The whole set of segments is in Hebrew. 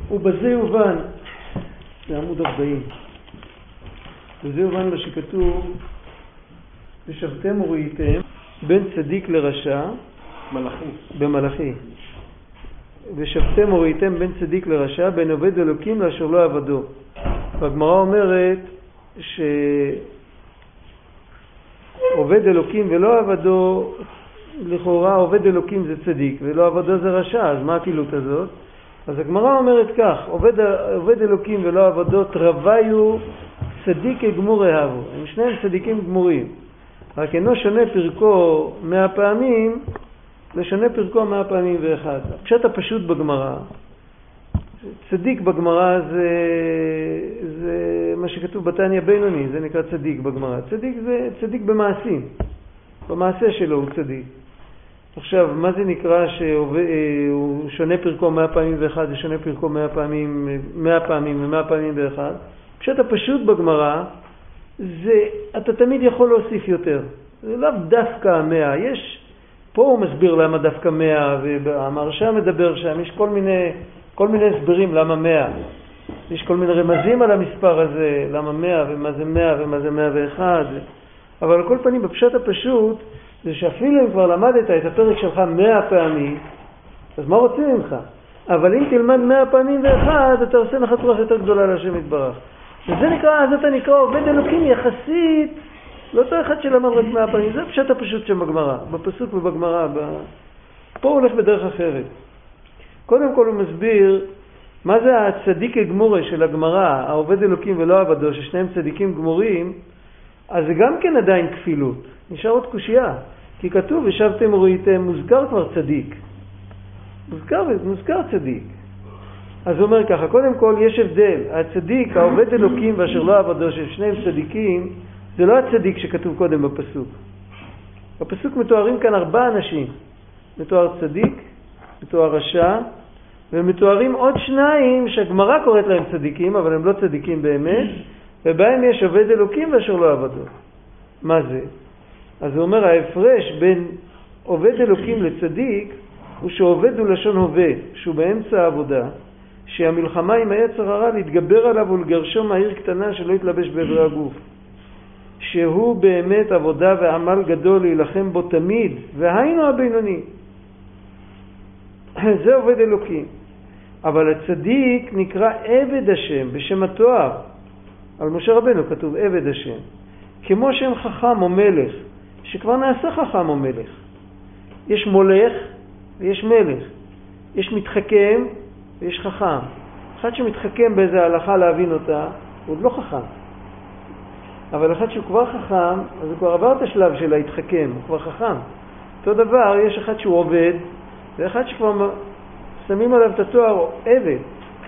ובזה יובן, זה עמוד 40, בזה יובן מה שכתוב, ושבתם וראיתם בין צדיק לרשע, במלאכי, ושבתם וראיתם בין צדיק לרשע, בין עובד אלוקים לאשר לא עבדו. והגמרא אומרת שעובד אלוקים ולא עבדו, לכאורה עובד אלוקים זה צדיק ולא עבדו זה רשע, אז מה הכפילות הזאת? אז הגמרא אומרת כך, עובד אלוקים ולא עבדות רוויו צדיק גמור אהבו. הם שניהם צדיקים גמורים, רק אינו שונה פרקו 100 פעמים לשונה פרקו 100 פעמים ואחד. הפשט הפשוט בגמרא, צדיק בגמרא זה מה שכתוב בתניא בינוני, זה נקרא צדיק בגמרא. צדיק זה צדיק במעשים, במעשה שלו הוא צדיק. עכשיו, מה זה נקרא שהוא שונה פרקו 100 פעמים ואחד ושונה פרקו 100 פעמים ו100 פעמים ואחד? פשט הפשוט בגמרא זה, אתה תמיד יכול להוסיף יותר. זה לאו דווקא 100. יש, פה הוא מסביר למה דווקא 100, והמהרש"א מדבר שם, יש כל מיני הסברים למה 100. יש כל מיני רמזים על המספר הזה, למה 100 ומה זה 100 ומה זה 101. אבל על כל פנים, בפשט הפשוט, זה שאפילו אם כבר למדת את הפרק שלך 100 פעמים, אז מה רוצים ממך? אבל אם תלמד 100 פעמים ואחד, אתה עושה נחת רוח יותר גדולה להשם יתברך. וזה נקרא, אז אתה נקרא עובד אלוקים יחסית, לא אותו אחד שלמד רק 100 פעמים, זה פשט הפשוט שם בגמרא, בפסוק ובגמרא, פה הוא הולך בדרך אחרת. קודם כל הוא מסביר, מה זה הצדיק הגמורה של הגמרא, העובד אלוקים ולא עבדו, ששניהם צדיקים גמורים, אז זה גם כן עדיין כפילות, נשאר עוד קושייה, כי כתוב ושבתם וראיתם, מוזכר כבר צדיק, מוזכר צדיק. אז הוא אומר ככה, קודם כל יש הבדל, הצדיק, העובד אלוקים ואשר לא עבדו, ששניהם צדיקים, זה לא הצדיק שכתוב קודם בפסוק. בפסוק מתוארים כאן 4 אנשים, מתואר צדיק, מתואר רשע, ומתוארים עוד 2 שהגמרא קוראת להם צדיקים, אבל הם לא צדיקים באמת, ובהם יש עובד אלוקים ואשר לא עבדו. מה זה? אז הוא אומר, ההפרש בין עובד אלוקים לצדיק, הוא שעובד הוא לשון הווה, שהוא באמצע העבודה, שהמלחמה עם היצר הרע להתגבר עליו ולגרשו מהעיר קטנה שלא יתלבש בעברי הגוף. שהוא באמת עבודה ועמל גדול להילחם בו תמיד, והיינו הבינוני. זה עובד אלוקים. אבל הצדיק נקרא עבד השם בשם התואר. על משה רבנו כתוב עבד השם. כמו שם חכם או מלך, שכבר נעשה חכם או מלך. יש מולך ויש מלך. יש מתחכם ויש חכם. אחד שמתחכם באיזה הלכה להבין אותה, הוא עוד לא חכם. אבל אחד שהוא כבר חכם, אז הוא כבר עבר את השלב של להתחכם, הוא כבר חכם. אותו דבר, יש אחד שהוא עובד, ואחד שכבר שמים עליו את התואר עבד.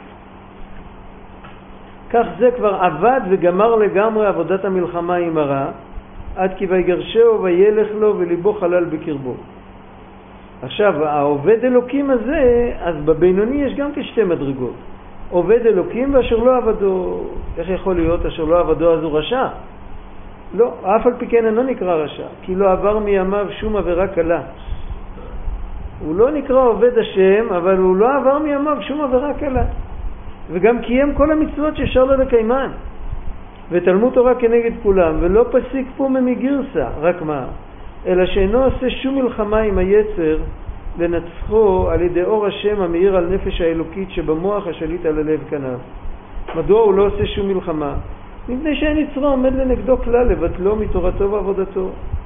כך זה כבר עבד וגמר לגמרי עבודת המלחמה עם הרע, עד כי ויגרשהו וילך לו וליבו חלל בקרבו. עכשיו, העובד אלוקים הזה, אז בבינוני יש גם כשתי מדרגות. עובד אלוקים ואשר לא עבדו. איך יכול להיות אשר לא עבדו אז הוא רשע? לא, אף על פי כן אינו נקרא רשע, כי לא עבר מימיו שום עבירה קלה. הוא לא נקרא עובד השם, אבל הוא לא עבר מימיו שום עבירה קלה. וגם קיים כל המצוות שאפשר לו לקיימן. ותלמוד תורה כנגד כולם, ולא פסיק פה מגרסה, רק מה? אלא שאינו עושה שום מלחמה עם היצר לנצחו על ידי אור השם המאיר על נפש האלוקית שבמוח השליט על הלב כנב. מדוע הוא לא עושה שום מלחמה? מפני שאין יצרו עומד לנגדו כלל לבטלו מתורתו ועבודתו.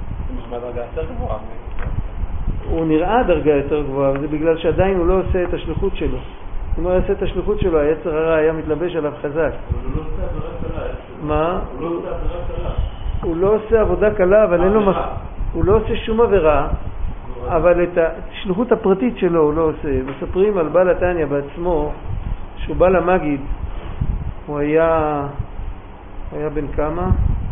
הוא נראה דרגה יותר גבוהה, וזה בגלל שעדיין הוא לא עושה את השליחות שלו. אם הוא יעשה את השליחות שלו, היצר הרע היה מתלבש עליו חזק. הוא לא עושה עבודה קלה. מה? הוא לא עושה עבודה קלה. הוא לא עושה עבודה קלה, אבל אין לו הוא לא עושה שום עבירה, אבל את השליחות הפרטית שלו הוא לא עושה. מספרים על בעל התניא בעצמו, שהוא בא למגיד, הוא היה בן כמה?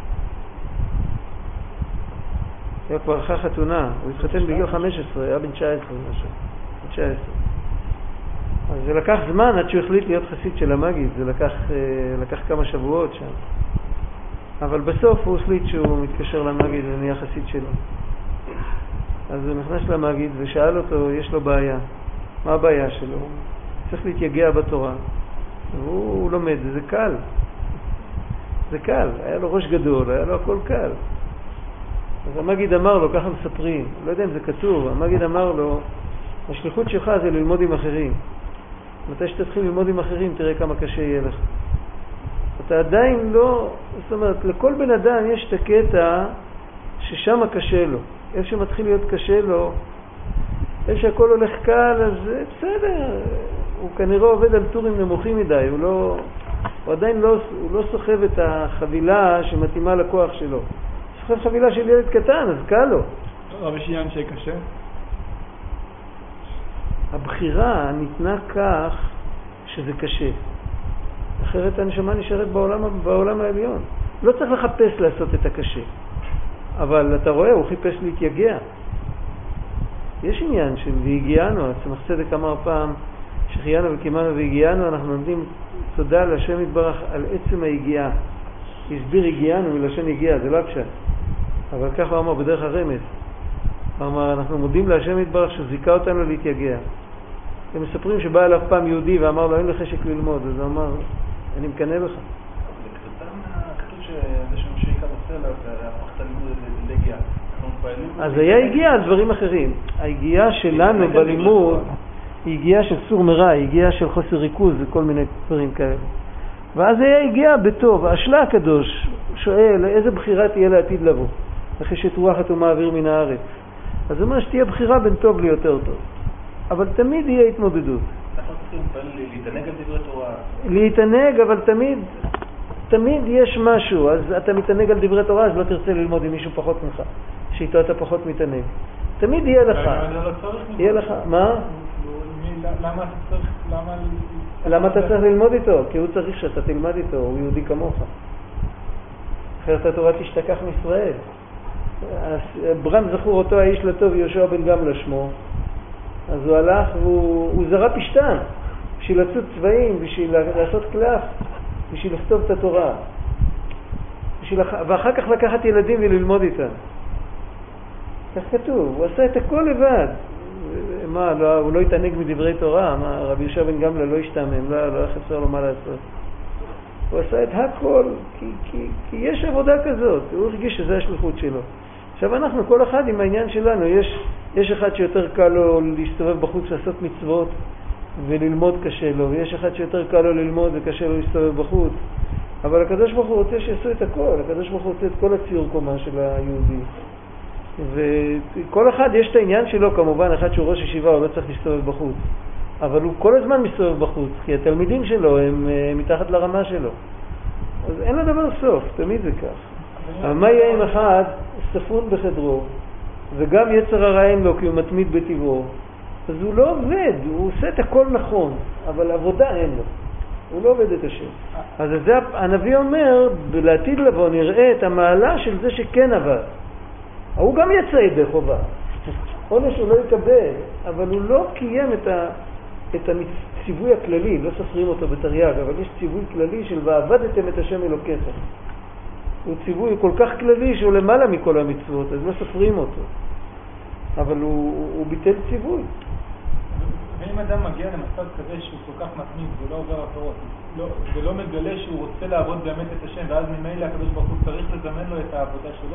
היה כבר אחרי חתונה, הוא התחתן בגיל 15, היה בן 19 משהו, 19. אז זה לקח זמן עד שהוא החליט להיות חסיד של המגיד, זה לקח כמה שבועות שם. אבל בסוף הוא החליט שהוא מתקשר למגיד ונהיה חסיד שלו. אז הוא נכנס למגיד ושאל אותו, יש לו בעיה. מה הבעיה שלו? צריך להתייגע בתורה. והוא לומד, זה קל. זה קל, היה לו ראש גדול, היה לו הכל קל. אז המגיד אמר לו, ככה מספרים, לא יודע אם זה כתוב, המגיד אמר לו, השליחות שלך זה ללמוד עם אחרים. מתי שתתחיל ללמוד עם אחרים, תראה כמה קשה יהיה לך. אתה עדיין לא, זאת אומרת, לכל בן אדם יש את הקטע ששם קשה לו. איפה שמתחיל להיות קשה לו, איפה שהכל הולך קל, אז בסדר. הוא כנראה עובד על טורים נמוכים מדי, הוא עדיין לא סוחב את החבילה שמתאימה לכוח שלו. סוחב חבילה של ילד קטן, אז קל לו. אבל יש עניין שקשה? הבחירה ניתנה כך שזה קשה. אחרת הנשמה נשארת בעולם העליון. לא צריך לחפש לעשות את הקשה. אבל אתה רואה, הוא חיפש להתייגע. יש עניין של והגיענו, הצמח צדק אמר פעם, שחיינו וקימנו והגיענו, אנחנו נותנים תודה להשם יתברך על עצם היגיעה. הסביר הגיענו מלשון הגיעה, זה לא הפשט. אבל ככה הוא אמר בדרך הרמז. הוא אמר, אנחנו מודים להשם יתברך שזיקה אותנו להתייגע. הם מספרים שבא אליו פעם יהודי ואמר לו, אין לך חשק ללמוד. אז הוא אמר, אני מקנה לך. כתוב שזה שמשה עיקר עושה לה, והפך את הלימוד ללגיעה. אז היה הגיעה על דברים אחרים. ההגיעה שלנו בלימוד היא הגיעה של סור מרע, היא הגיעה של חוסר ריכוז וכל מיני דברים כאלה. ואז היה הגיעה בטוב. השלה הקדוש שואל, איזה בחירה תהיה לעתיד לבוא? אחרי שתרוח אטומה אוויר מן הארץ. אז הוא אומר שתהיה בחירה בין טוב ליותר טוב. אבל תמיד יהיה התמודדות. אנחנו צריכים להתענג על דברי תורה. להתענג, אבל תמיד יש משהו. אז אתה מתענג על דברי תורה, אז לא תרצה ללמוד עם מישהו פחות ממך, שאיתו אתה פחות מתענג. תמיד יהיה לך. יהיה לך. מה? למה אתה צריך ללמוד איתו? כי הוא צריך שאתה תלמד איתו, הוא יהודי כמוך. אחרת התורה תשתכח מישראל. ברם זכור אותו האיש לטוב יהושע בן גמלא שמו. אז הוא הלך והוא זרע פשטן בשביל לצוד צבעים, בשביל לעשות קלף, בשביל לכתוב את התורה. ואחר כך לקחת ילדים וללמוד איתם. כך כתוב, הוא עשה את הכל לבד. מה, הוא לא התענג מדברי תורה? מה, רבי יהושע בן גמלא לא השתעמם, לא היה חסר לו מה לעשות. הוא עשה את הכל, כי יש עבודה כזאת, הוא הרגיש שזה השליחות שלו. עכשיו אנחנו, כל אחד עם העניין שלנו, יש אחד שיותר קל לו להסתובב בחוץ לעשות מצוות וללמוד קשה לו, ויש אחד שיותר קל לו ללמוד וקשה לו להסתובב בחוץ. אבל הקדוש ברוך הוא רוצה שיעשו את הכל, הקדוש ברוך הוא רוצה את כל הציור קומה של היהודי. וכל אחד יש את העניין שלו, כמובן, אחד שהוא ראש ישיבה הוא לא צריך להסתובב בחוץ. אבל הוא כל הזמן מסתובב בחוץ, כי התלמידים שלו הם מתחת לרמה שלו. אז אין לדבר סוף, תמיד זה כך. אבל מה יהיה עם אחד ספון בחדרו, וגם יצר הרע אין לו כי הוא מתמיד בטבעו, אז הוא לא עובד, הוא עושה את הכל נכון, אבל עבודה אין לו. הוא לא עובד את השם. אז זה הנביא אומר, לעתיד לבוא נראה את המעלה של זה שכן עבד. הוא גם יצא ידי חובה. עונש הוא לא יקבל, אבל הוא לא קיים את הציווי הכללי, לא סופרים אותו בתרי"ג, אבל יש ציווי כללי של ועבדתם את השם אלוקיך. הוא ציווי כל כך כללי שהוא למעלה מכל המצוות, אז לא סופרים אותו. אבל הוא ביטל ציווי. ואם אדם מגיע למצב כזה שהוא כל כך מתמיד ולא עובר התורות, ולא מגלה שהוא רוצה לעבוד באמת את השם, ואז ממילא הקדוש ברוך הוא צריך לזמן לו את העבודה שלו?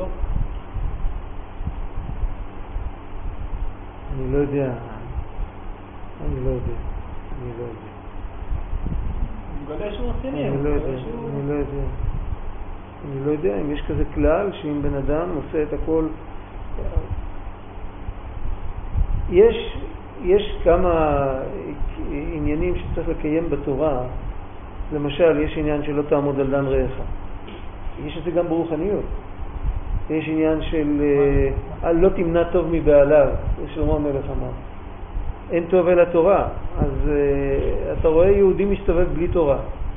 אני לא יודע. הוא מגלה שהוא רציני. אני לא יודע אם יש כזה כלל שאם בן אדם עושה את הכל, יש כמה עניינים שצריך לקיים בתורה. למשל, יש עניין שלא תעמוד על דן רעך. יש את זה גם ברוחניות. יש עניין של לא תמנע טוב מבעליו, שלמה המלך אמר. אין טוב אלא תורה. אז אתה רואה יהודי מסתובב בלי תורה.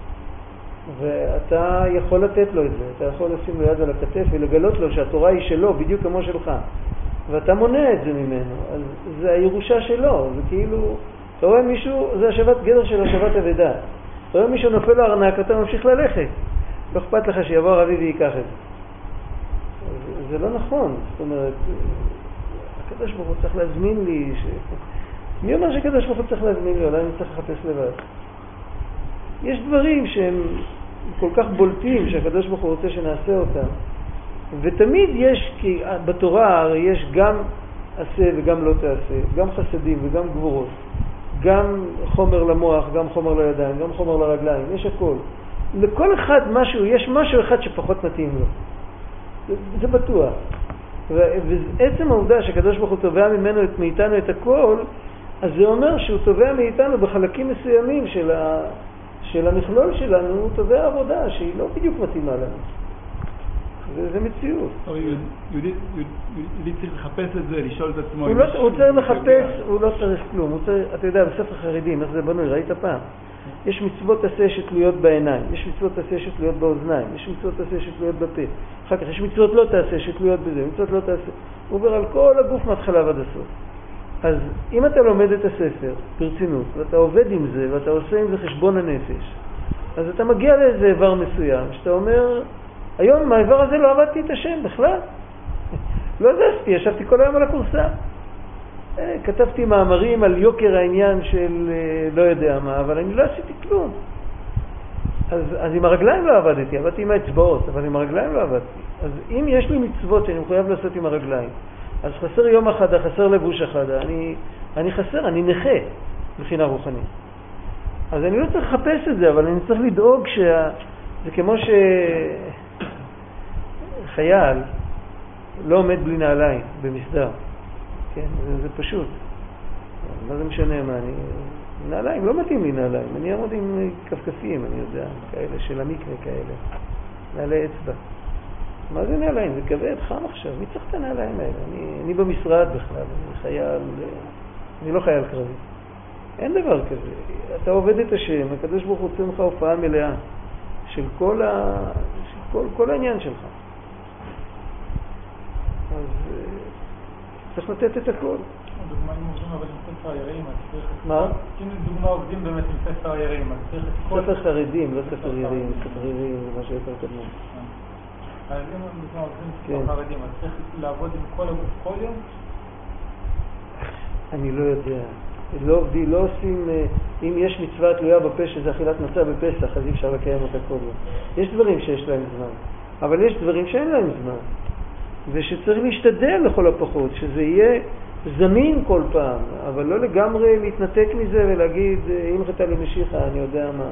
ואתה יכול לתת לו את זה. אתה יכול לשים לו יד על הכתף ולגלות לו שהתורה היא שלו, בדיוק כמו שלך. ואתה מונע את זה ממנו. אז זה הירושה שלו. זה כאילו, אתה רואה מישהו, זה השבת גדר של השבת אבדה. אתה רואה מישהו נופל לו ארנק, אתה ממשיך ללכת. לא אכפת לך שיבוא רבי ויקח את זה. זה לא נכון. זאת אומרת, הקדוש ברוך הוא צריך להזמין לי. מי אומר שקדוש ברוך הוא צריך להזמין לי? אולי אני צריך לחפש לבד. יש דברים שהם כל כך בולטים שהקדוש ברוך הוא רוצה שנעשה אותם. ותמיד יש, כי בתורה הרי יש גם עשה וגם לא תעשה, גם חסדים וגם גבורות, גם חומר למוח, גם חומר לידיים, גם חומר לרגליים, יש הכל. לכל אחד משהו, יש משהו אחד שפחות מתאים לו. זה בטוח. ועצם העובדה שהקדוש ברוך הוא תובע מאיתנו את הכל, אז זה אומר שהוא תובע מאיתנו בחלקים מסוימים של המכלול שלנו, הוא תובע עבודה שהיא לא בדיוק מתאימה לנו. זה מציאות. יהודי צריך לחפש את זה, לשאול את עצמו. הוא צריך לחפש, הוא לא צריך כלום. אתה יודע, בספר חרדים, איך זה בנוי, ראית פעם? יש מצוות עשה שתלויות בעיניים, יש מצוות עשה שתלויות באוזניים, יש מצוות עשה שתלויות בפה. אחר כך יש מצוות לא תעשה שתלויות בזה, מצוות לא תעשה. הוא עובר על כל הגוף מההתחלה ועד הסוף. אז אם אתה לומד את הספר ברצינות, ואתה עובד עם זה, ואתה עושה עם זה חשבון הנפש, אז אתה מגיע לאיזה איבר מסוים, שאתה אומר, היום מהאיבר הזה לא עבדתי את השם בכלל. לא זזתי, ישבתי כל היום על הקורסה. כתבתי מאמרים על יוקר העניין של לא יודע מה, אבל אני לא עשיתי כלום. אז עם הרגליים לא עבדתי, עבדתי עם האצבעות, אבל עם הרגליים לא עבדתי. אז אם יש לי מצוות שאני מחויב לעשות עם הרגליים, אז חסר יום אחד, חסר לבוש אחד, אני חסר, אני נכה מבחינה רוחנית. אז אני לא צריך לחפש את זה, אבל אני צריך לדאוג זה כמו שחייל לא עומד בלי נעליים במסדר. כן, זה פשוט. מה זה משנה מה נעליים, לא מתאים לי נעליים. אני אעמוד עם כפכפים, אני יודע, כאלה של המקרה כאלה. נעלי אצבע. מה זה נעליים? זה כבד, חם עכשיו. מי צריך את הנעליים האלה? אני במשרד בכלל, אני חייל, אני לא חייל קרבי. אין דבר כזה. אתה עובד את השם, הקדוש ברוך הוא רוצה לך הופעה מלאה של כל העניין שלך. אז צריך לתת את הכל. דוגמה אם עובדים אבל עם ספר היראים, אז צריך... מה? אם דוגמה עובדים באמת עם ספר היראים, אז צריך את כל... ספר חרדים, לא ספר יראים, ספר יראים זה מה שיותר קדמון. אז אם דוגמה עובדים עם ספר חרדים, אז צריך לעבוד עם כל הגוף כל יום? אני לא יודע. לא עושים, אם יש מצווה תלויה בפה שזה אכילת מצה בפסח, אז אי אפשר לקיים אותה כל יום. יש דברים שיש להם זמן, אבל יש דברים שאין להם זמן. ושצריך להשתדל לכל הפחות, שזה יהיה זמין כל פעם, אבל לא לגמרי להתנתק מזה ולהגיד, אם חטא למשיחה, אני יודע מה.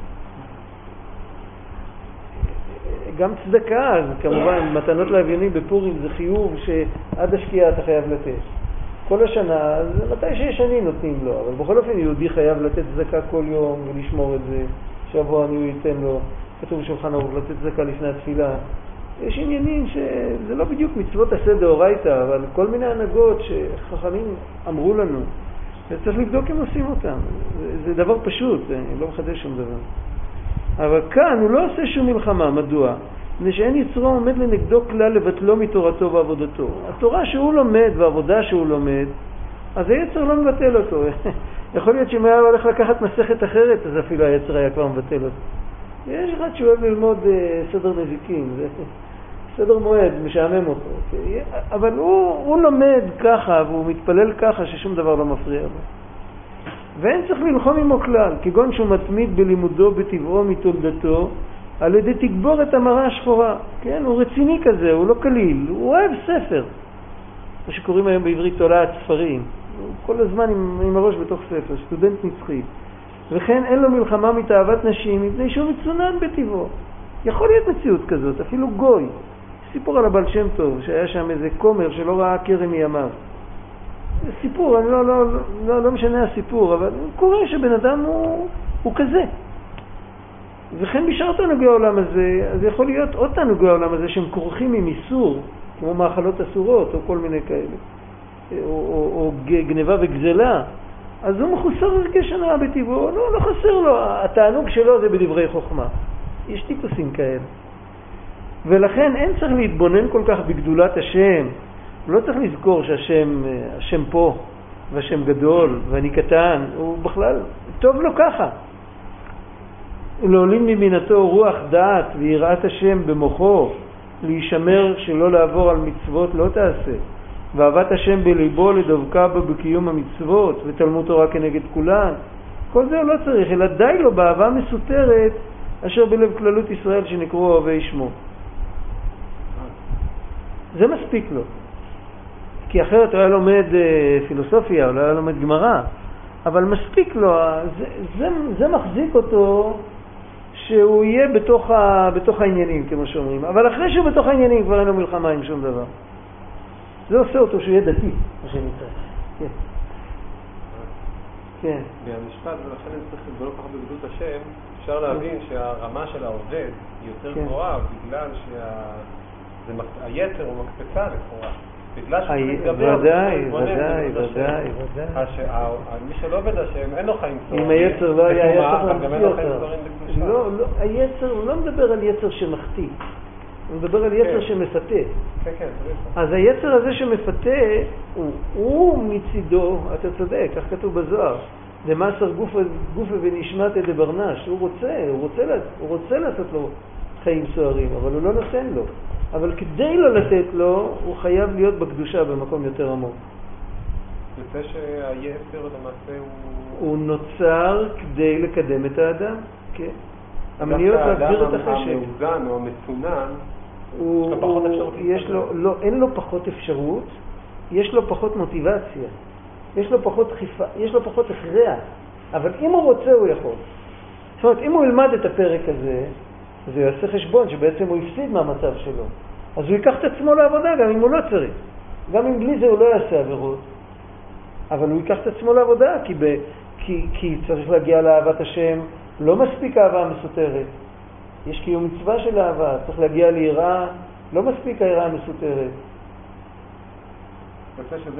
גם צדקה, אז כמובן, מתנות לאביונים בפורים זה חיוב שעד השקיעה אתה חייב לתת. כל השנה, אז מתי שיש אני נותנים לו, אבל בכל אופן יהודי חייב לתת צדקה כל יום ולשמור את זה, שבוע אני ייתן לו, כתוב בשולחן ערוך, לתת צדקה לפני התפילה. יש עניינים שזה לא בדיוק מצוות עשה דאורייתא, אבל כל מיני הנהגות שחכמים אמרו לנו, וצריך לבדוק אם עושים אותם. זה דבר פשוט, אני לא מחדש שום דבר. אבל כאן הוא לא עושה שום מלחמה, מדוע? מפני שאין יצרו עומד לנגדו כלל לבטלו מתורתו ועבודתו. התורה שהוא לומד והעבודה שהוא לומד, אז היצר לא מבטל אותו. יכול להיות שאם היה הולך לקחת מסכת אחרת, אז אפילו היצר היה כבר מבטל אותו. יש אחד שאוהב ללמוד סדר נזיקים, זה סדר מועד, משעמם אותו. אבל הוא לומד ככה והוא מתפלל ככה ששום דבר לא מפריע בו. ואין צריך ללחום עמו כלל, כגון שהוא מתמיד בלימודו בטבעו מתולדתו, על ידי תגבור את המראה השחורה. כן, הוא רציני כזה, הוא לא קליל, הוא אוהב ספר. מה שקוראים היום בעברית תולעת ספרים. הוא כל הזמן עם הראש בתוך ספר, סטודנט נצחי. וכן אין לו מלחמה מתאהבת נשים, מפני שהוא מצונן בטבעו. יכול להיות מציאות כזאת, אפילו גוי. סיפור על הבעל שם טוב, שהיה שם איזה כומר שלא ראה קרן מימיו. סיפור, אני לא משנה הסיפור, אבל קורה שבן אדם הוא כזה. וכן בשאר תענוגי העולם הזה, אז יכול להיות עוד תענוגי העולם הזה שהם כורכים עם איסור, כמו מאכלות אסורות או כל מיני כאלה, או גניבה וגזלה. אז הוא מחוסר הרגש הנאה בטבעו, לא חסר לו, התענוג שלו זה בדברי חוכמה. יש טיפוסים כאלה. ולכן אין צריך להתבונן כל כך בגדולת השם, לא צריך לזכור שהשם פה, והשם גדול, ואני קטן, הוא בכלל טוב לו ככה. להוליד ממינתו רוח דעת ויראת השם במוחו, להישמר שלא לעבור על מצוות לא תעשה, ואהבת השם בליבו לדבקה בו בקיום המצוות, ותלמוד תורה כנגד כולן, כל זה הוא לא צריך, אלא די לו באהבה מסותרת אשר בלב כללות ישראל שנקראו אוהבי שמו. זה מספיק לו. כי אחרת הוא היה לומד פילוסופיה, הוא היה לומד גמרא, אבל מספיק לו, זה מחזיק אותו שהוא יהיה בתוך העניינים, כמו שאומרים. אבל אחרי שהוא בתוך העניינים כבר אין לו מלחמה עם שום דבר. זה עושה אותו שהוא יהיה דתי, מה שנקרא. כן. כן. מהמשפט, ולכן אני צריך לבדוק פחות בגדות השם, אפשר להבין שהרמה של העובד היא יותר גבוהה, בגלל שהיצר הוא מקפצה לכאורה. בגלל שהוא מתגבר, ודאי. מי שלא עובד השם, אין לו חיים צורים. אם היצר לא היה יצר מחטיא אותה. לא, היצר, הוא לא מדבר על יצר שמחטיא, הוא מדבר על יצר שמפתה. כן, אז היצר הזה שמפתה, הוא מצידו, אתה צודק, כך כתוב בזוהר, למאסר גופה ונשמת דברנש, הוא רוצה לעשות לו חיים סוערים, אבל הוא לא נותן לו. אבל כדי לא לתת לו, הוא חייב להיות בקדושה במקום יותר עמוק. זה שהיצר למעשה הוא נוצר כדי לקדם את האדם, כן. המניעות להגביר את החשק. המאוזן או המצונן, אין לו פחות אפשרות, יש לו פחות מוטיבציה, יש לו פחות חיפה, יש לו פחות הכרח, אבל אם הוא רוצה הוא יכול. זאת אומרת, אם הוא ילמד את הפרק הזה, זה יעשה חשבון שבעצם הוא הפסיד מהמצב שלו. אז הוא ייקח את עצמו לעבודה גם אם הוא לא צריך. גם אם בלי זה הוא לא יעשה עבירות. אבל הוא ייקח את עצמו לעבודה, כי צריך להגיע לאהבת השם. לא מספיק אהבה מסותרת. יש קיום מצווה של אהבה, צריך להגיע ליראה, לא מספיק היראה המסותרת. אני חושב שזה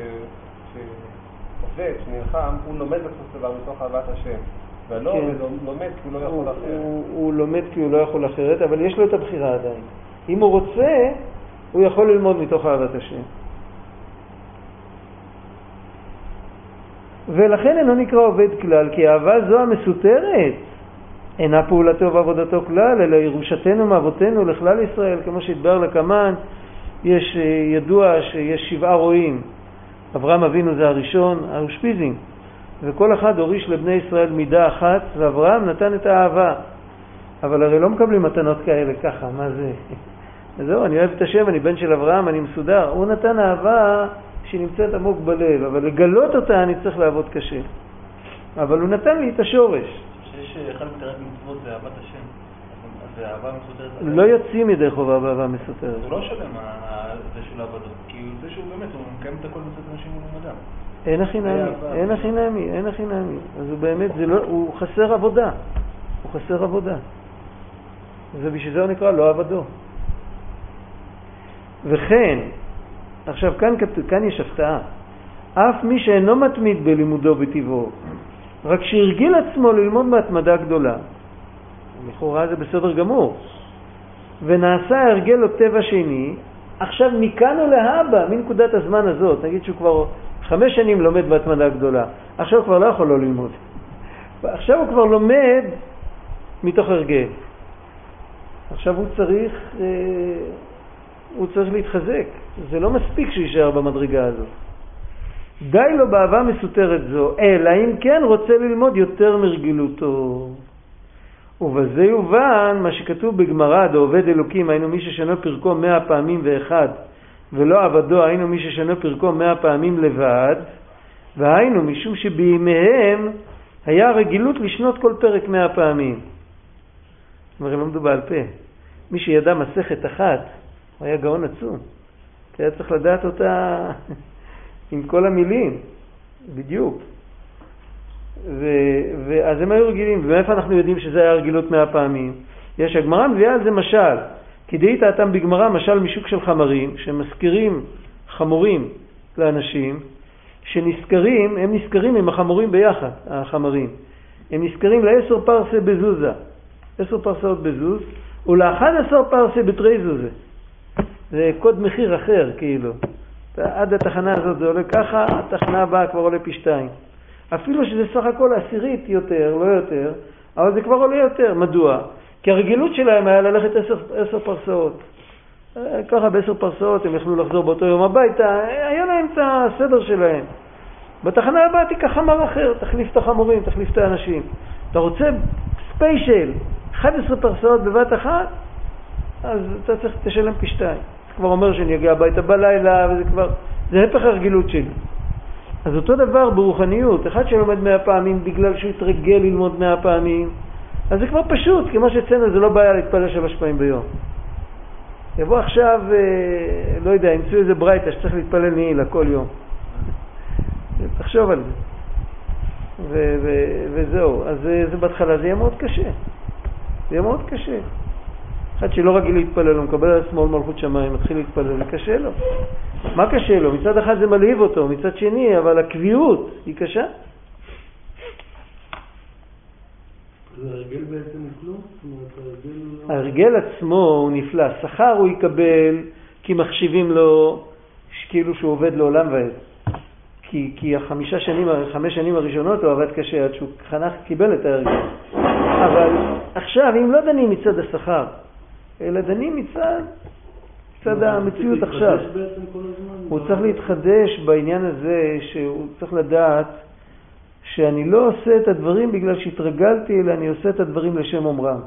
שעובד, שנלחם, הוא לומד בסופו מתוך אהבת השם. ולא, הוא לומד כי הוא לא יכול אחרת. הוא לומד כי הוא לא יכול אחרת, אבל יש לו את הבחירה עדיין. אם הוא רוצה, הוא יכול ללמוד מתוך אהבת השם. ולכן אינו נקרא עובד כלל, כי אהבה זו המסותרת אינה פעולתו ועבודתו כלל, אלא ירושתנו מאבותינו לכלל ישראל, כמו שהתברר לקמן. יש ידוע שיש 7 רועים. אברהם אבינו זה הראשון, האושפיזים. וכל אחד הוריש לבני ישראל מידה אחת, ואברהם נתן את האהבה. אבל הרי לא מקבלים מתנות כאלה ככה, מה זה? זהו, אני אוהב את השם, אני בן של אברהם, אני מסודר. הוא נתן אהבה שנמצאת עמוק בלב, אבל לגלות אותה אני צריך לעבוד קשה. אבל הוא נתן לי את השורש. שיש אחד מתארת מצוות זה אהבת השם. זה אהבה מסותרת. לא יוצאים ידי חובה באהבה מסותרת. זה לא שלם, זה של העבודות. כי זה שהוא באמת, הוא מקיים את הכל מצוות אנשים מול אדם. אין הכי נעמי. אז הוא באמת, הוא חסר עבודה. הוא חסר עבודה. ובשביל זה הוא נקרא לא עבדו. וכן, עכשיו כאן יש הפתעה. אף מי שאינו מתמיד בלימודו בטבעו, רק שהרגיל עצמו ללמוד בהתמדה גדולה, לכאורה זה בסדר גמור, ונעשה הרגל לו טבע שני, עכשיו מכאן ולהבא, מנקודת הזמן הזאת, נגיד שהוא כבר 5 שנים לומד בהתמדה גדולה, עכשיו הוא כבר לא יכול לא ללמוד. עכשיו הוא כבר לומד מתוך הרגל. עכשיו הוא צריך להתחזק. זה לא מספיק שישאר במדרגה הזאת. די לו באהבה מסותרת זו, אלא אם כן רוצה ללמוד יותר מרגילותו. ובזה יובן מה שכתוב בגמרא, דעובד אלוקים, היינו מי ששנו פרקו 100 פעמים ואחד, ולא עבדו, היינו מי ששנו פרקו 100 פעמים לבד, והיינו משום שבימיהם היה רגילות לשנות כל פרק 100 פעמים. זאת אומרת, לא מדובר על פה. מי שידע מסכת אחת, הוא היה גאון עצום. כי היה צריך לדעת אותה עם כל המילים, בדיוק. אז הם היו רגילים. ומאיפה אנחנו יודעים שזה היה רגילות 100 פעמים? יש הגמרא מביאה על זה משל. כי דאית אתם בגמרא משל משוק של חמרים, שמזכירים חמורים לאנשים, שנזכרים, הם נזכרים עם החמורים ביחד, החמרים. הם נזכרים ל10 פרסה בזוזה, 10 פרסאות בזוז, ול11 פרסה בתרי זוזה. זה קוד מחיר אחר, כאילו. עד התחנה הזאת זה עולה ככה, התחנה הבאה כבר עולה פי 2. אפילו שזה סך הכל 10 יותר, לא יותר, אבל זה כבר עולה יותר. מדוע? כי הרגילות שלהם היה ללכת 10 פרסאות. ככה ב10 פרסאות הם יכלו לחזור באותו יום הביתה, היה להם את הסדר שלהם. בתחנה הבאה תיקח חמר אחר, תחליף את החמורים, תחליף את האנשים. אתה רוצה ספיישל, 11 פרסאות בבת אחת, אז אתה צריך לשלם פי 2. זה כבר אומר שאני אגיע הביתה בלילה, וזה כבר, זה הפך הרגילות שלי. אז אותו דבר ברוחניות, אחד שלומד 100 פעמים בגלל שהוא יתרגל ללמוד 100 פעמים, אז זה כבר פשוט, כמו שאצלנו זה לא בעיה להתפלל 7 פעמים ביום. יבוא עכשיו, לא יודע, ימצאו איזה ברייטה שצריך להתפלל נעילה כל יום. תחשוב על זה. וזהו, אז זה בהתחלה, זה יהיה מאוד קשה. זה יהיה מאוד קשה. אחד שלא רגיל להתפלל, הוא מקבל על עצמו מלכות שמיים, מתחיל להתפלל, זה קשה לו. מה קשה לו? מצד אחד זה מלהיב אותו, מצד שני, אבל הקביעות היא קשה. זה הרגל בעצם כלום? ההרגל עצמו הוא נפלא. שכר הוא יקבל כי מחשיבים לו כאילו שהוא עובד לעולם ועד. כי 5 שנים הראשונות הוא עבד קשה עד שהוא חנך קיבל את ההרגל. אבל עכשיו, אם לא דנים מצד השכר, אלא דנים מצד המציאות עכשיו. הוא צריך להתחדש בעניין הזה שהוא צריך לדעת שאני לא עושה את הדברים בגלל שהתרגלתי, אלא אני עושה את הדברים לשם אומרם.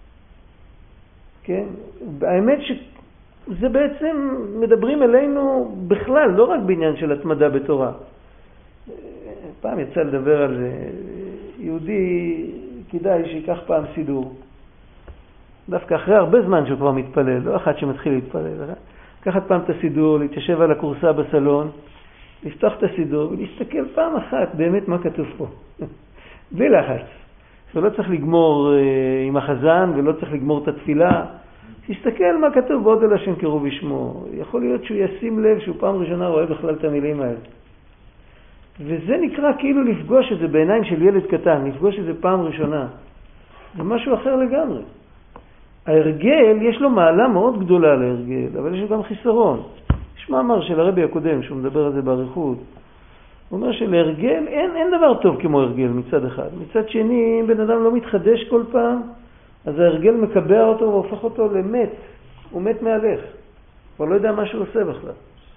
כן? האמת שזה בעצם מדברים אלינו בכלל, לא רק בעניין של התמדה בתורה. פעם יצא לדבר על זה, יהודי כדאי שיקח פעם סידור. דווקא אחרי הרבה זמן שהוא כבר מתפלל, לא אחד שמתחיל להתפלל. לקחת פעם את הסידור, להתיישב על הקורסה בסלון, לפתוח את הסידור ולהסתכל פעם אחת באמת מה כתוב פה. בלי לחץ. ולא צריך לגמור עם החזן ולא צריך לגמור את התפילה. תסתכל מה כתוב בעוד אל השם קראו בשמו. יכול להיות שהוא ישים לב שהוא פעם ראשונה רואה בכלל את המילים האלה. וזה נקרא כאילו לפגוש את זה בעיניים של ילד קטן, לפגוש את זה פעם ראשונה. זה משהו אחר לגמרי. ההרגל, יש לו מעלה מאוד גדולה להרגל, אבל יש לו גם חיסרון. יש מאמר של הרבי הקודם, שהוא מדבר על זה בעריכות. הוא אומר שלהרגל אין דבר טוב כמו הרגל מצד אחד. מצד שני, אם בן אדם לא מתחדש כל פעם, אז ההרגל מקבע אותו והופך אותו למת. הוא מת מהלך. הוא לא יודע מה שהוא עושה בכלל.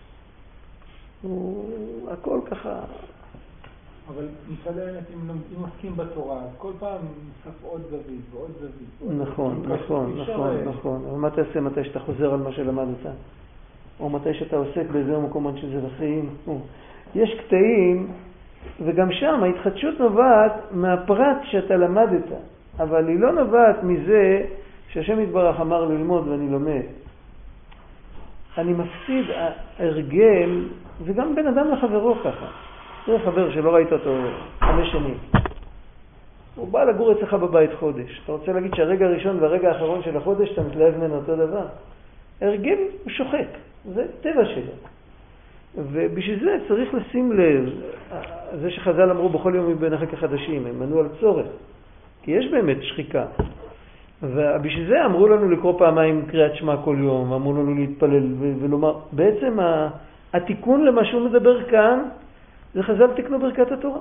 הוא הכל ככה. אבל מצד האמת, אם עוסקים בתורה, אז כל פעם נוסף עוד זווית ועוד זווית. נכון. אבל מה תעשה מתי שאתה חוזר על מה שלמדת? או מתי שאתה עוסק באיזה מקומות שזה לחיים? יש קטעים, וגם שם ההתחדשות נובעת מהפרט שאתה למדת, אבל היא לא נובעת מזה שהשם יתברך אמר ללמוד ואני לומד. אני מפסיד הרגל, וגם בן אדם לחברו ככה. זה חבר שלא ראית אותו 5 שנים. הוא בא לגור אצלך בבית חודש. אתה רוצה להגיד שהרגע הראשון והרגע האחרון של החודש אתה מתלהב ממנו אותו דבר? הרגל הוא שוחק, זה טבע שלו. ובשביל זה צריך לשים לב, זה שחז"ל אמרו בכל יום מבין החג החדשים, הם מנו על צורך, כי יש באמת שחיקה. ובשביל זה אמרו לנו לקרוא פעמיים קריאת שמע כל יום, אמרו לנו להתפלל ולומר, בעצם התיקון למה שהוא מדבר כאן, זה חז"ל תקנו ברכת התורה.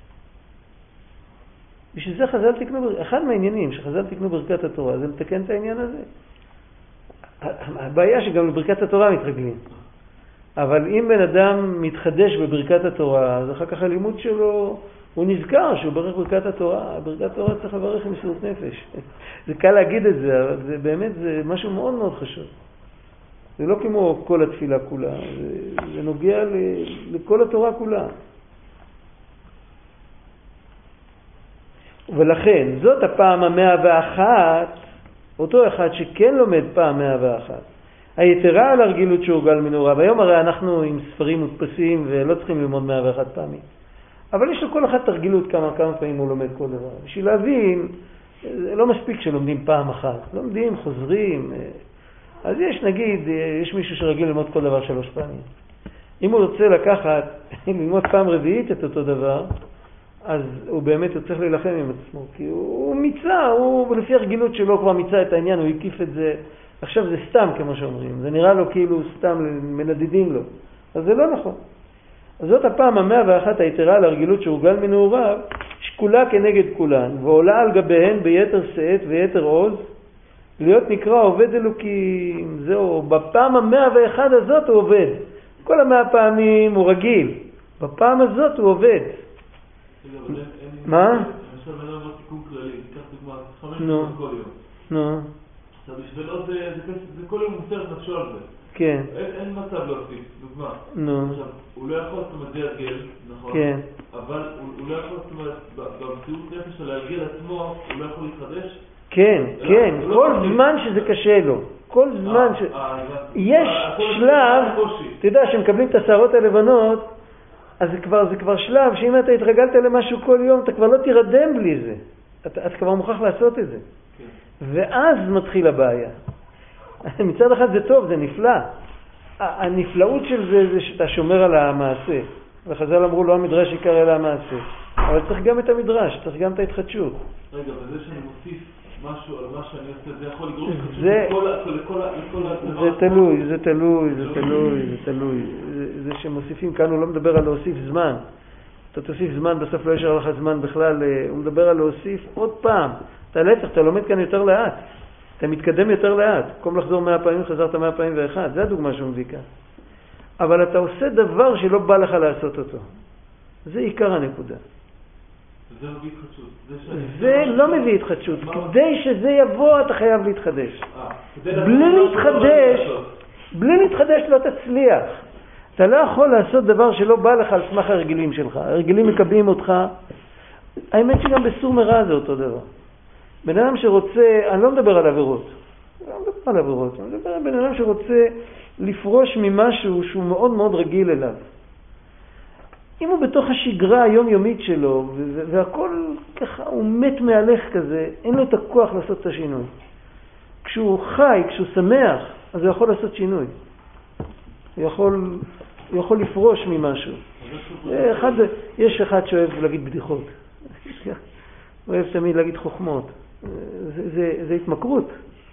בשביל זה חז"ל תקנו, אחד מהעניינים שחז"ל תקנו ברכת התורה, זה לתקן את העניין הזה. הבעיה שגם לברכת התורה מתרגלים. אבל אם בן אדם מתחדש בברכת התורה, אז אחר כך הלימוד שלו, הוא נזכר שהוא ברך ברכת התורה. ברכת התורה צריך לברך עם מסירות נפש. זה קל להגיד את זה, אבל זה באמת זה משהו מאוד מאוד חשוב. זה לא כמו כל התפילה כולה, זה נוגע לכל התורה כולה. ולכן, זאת הפעם 101, אותו אחד שכן לומד פעם 101. היתרה על הרגילות שהורגל מנעוריו. היום הרי אנחנו עם ספרים מודפסים ולא צריכים ללמוד 101 פעמים. אבל יש לו כל אחד תרגילות כמה פעמים הוא לומד כל דבר. בשביל להבין, לא מספיק שלומדים פעם אחת. לומדים, חוזרים. אז יש נגיד, יש מישהו שרגיל ללמוד כל דבר 3 פעמים. אם הוא רוצה לקחת, ללמוד פעם רביעית את אותו דבר, אז הוא באמת צריך להילחם עם עצמו. כי הוא מיצה, הוא לפי הרגילות שלו כבר מיצה את העניין, הוא הקיף את זה. עכשיו זה סתם כמו שאומרים, זה נראה לו כאילו סתם מנדידים לו. אז זה לא נכון. אז זאת הפעם 101 היתרה על הרגילות שהורגל מנעוריו, שקולה כנגד כולן, ועולה על גביהן ביתר שאת ויתר עוז, להיות נקרא עובד אלוקים. זהו, בפעם 101 הזאת הוא עובד. כל 100 פעמים הוא רגיל. בפעם הזאת הוא עובד. מה? עכשיו אני אומר תיקון כללי, תיקח דוגמה, 5 נו. כל יום. נו. עכשיו בשבילו זה כל יום מוסר נפשו על זה. כן. אין מצב להוסיף, דוגמה. נו. עכשיו, הוא לא יכול, זאת אומרת, זה הרגל, נכון? כן. אבל הוא לא יכול, זאת אומרת, במציאות נפש של ההרגל עצמו, הוא לא יכול להתחדש? כן, כן. כל זמן שזה קשה לו. כל זמן ש... יש שלב, אתה יודע, שמקבלים את השערות הלבנות, אז זה כבר שלב שאם אתה התרגלת למשהו כל יום, אתה כבר לא תירדם בלי זה. אתה כבר מוכרח לעשות את זה. ואז מתחיל הבעיה. מצד אחד זה טוב, זה נפלא. הנפלאות של זה שאתה שומר על המעשה. וחז"ל אמרו לא המדרש עיקר אלא המעשה. אבל צריך גם את המדרש, צריך גם את ההתחדשות. רגע, וזה שאני מוסיף משהו על מה שאני עושה, זה יכול לגרום לכל... זה תלוי. זה שמוסיפים, כאן הוא לא מדבר על להוסיף זמן. אתה תוסיף זמן, בסוף לא ישאר לך זמן בכלל. הוא מדבר על להוסיף עוד פעם. אתה להפך, אתה לומד כאן יותר לאט. אתה מתקדם יותר לאט. במקום לחזור 100 פעמים, חזרת 100 פעמים ואחד. זה הדוגמה שהוא מביא כאן. אבל אתה עושה דבר שלא בא לך לעשות אותו. זה עיקר הנקודה. זה מביא התחדשות. זה לא מביא התחדשות. כדי שזה יבוא, אתה חייב להתחדש. בלי להתחדש לא תצליח. אתה לא יכול לעשות דבר שלא בא לך על סמך הרגילים שלך. הרגילים מקבלים אותך. האמת שגם בסור מרע זה אותו דבר. בן אדם שרוצה, אני לא מדבר על עבירות. אני מדבר על בן אדם שרוצה לפרוש ממשהו שהוא מאוד מאוד רגיל אליו. אם הוא בתוך השגרה היומיומית שלו, והכל ככה, הוא מת מהלך כזה, אין לו את הכוח לעשות את השינוי. כשהוא חי, כשהוא שמח, אז הוא יכול לעשות שינוי. הוא יכול לפרוש ממשהו. יש אחד שאוהב להגיד בדיחות. הוא אוהב תמיד להגיד חוכמות. זה התמכרות.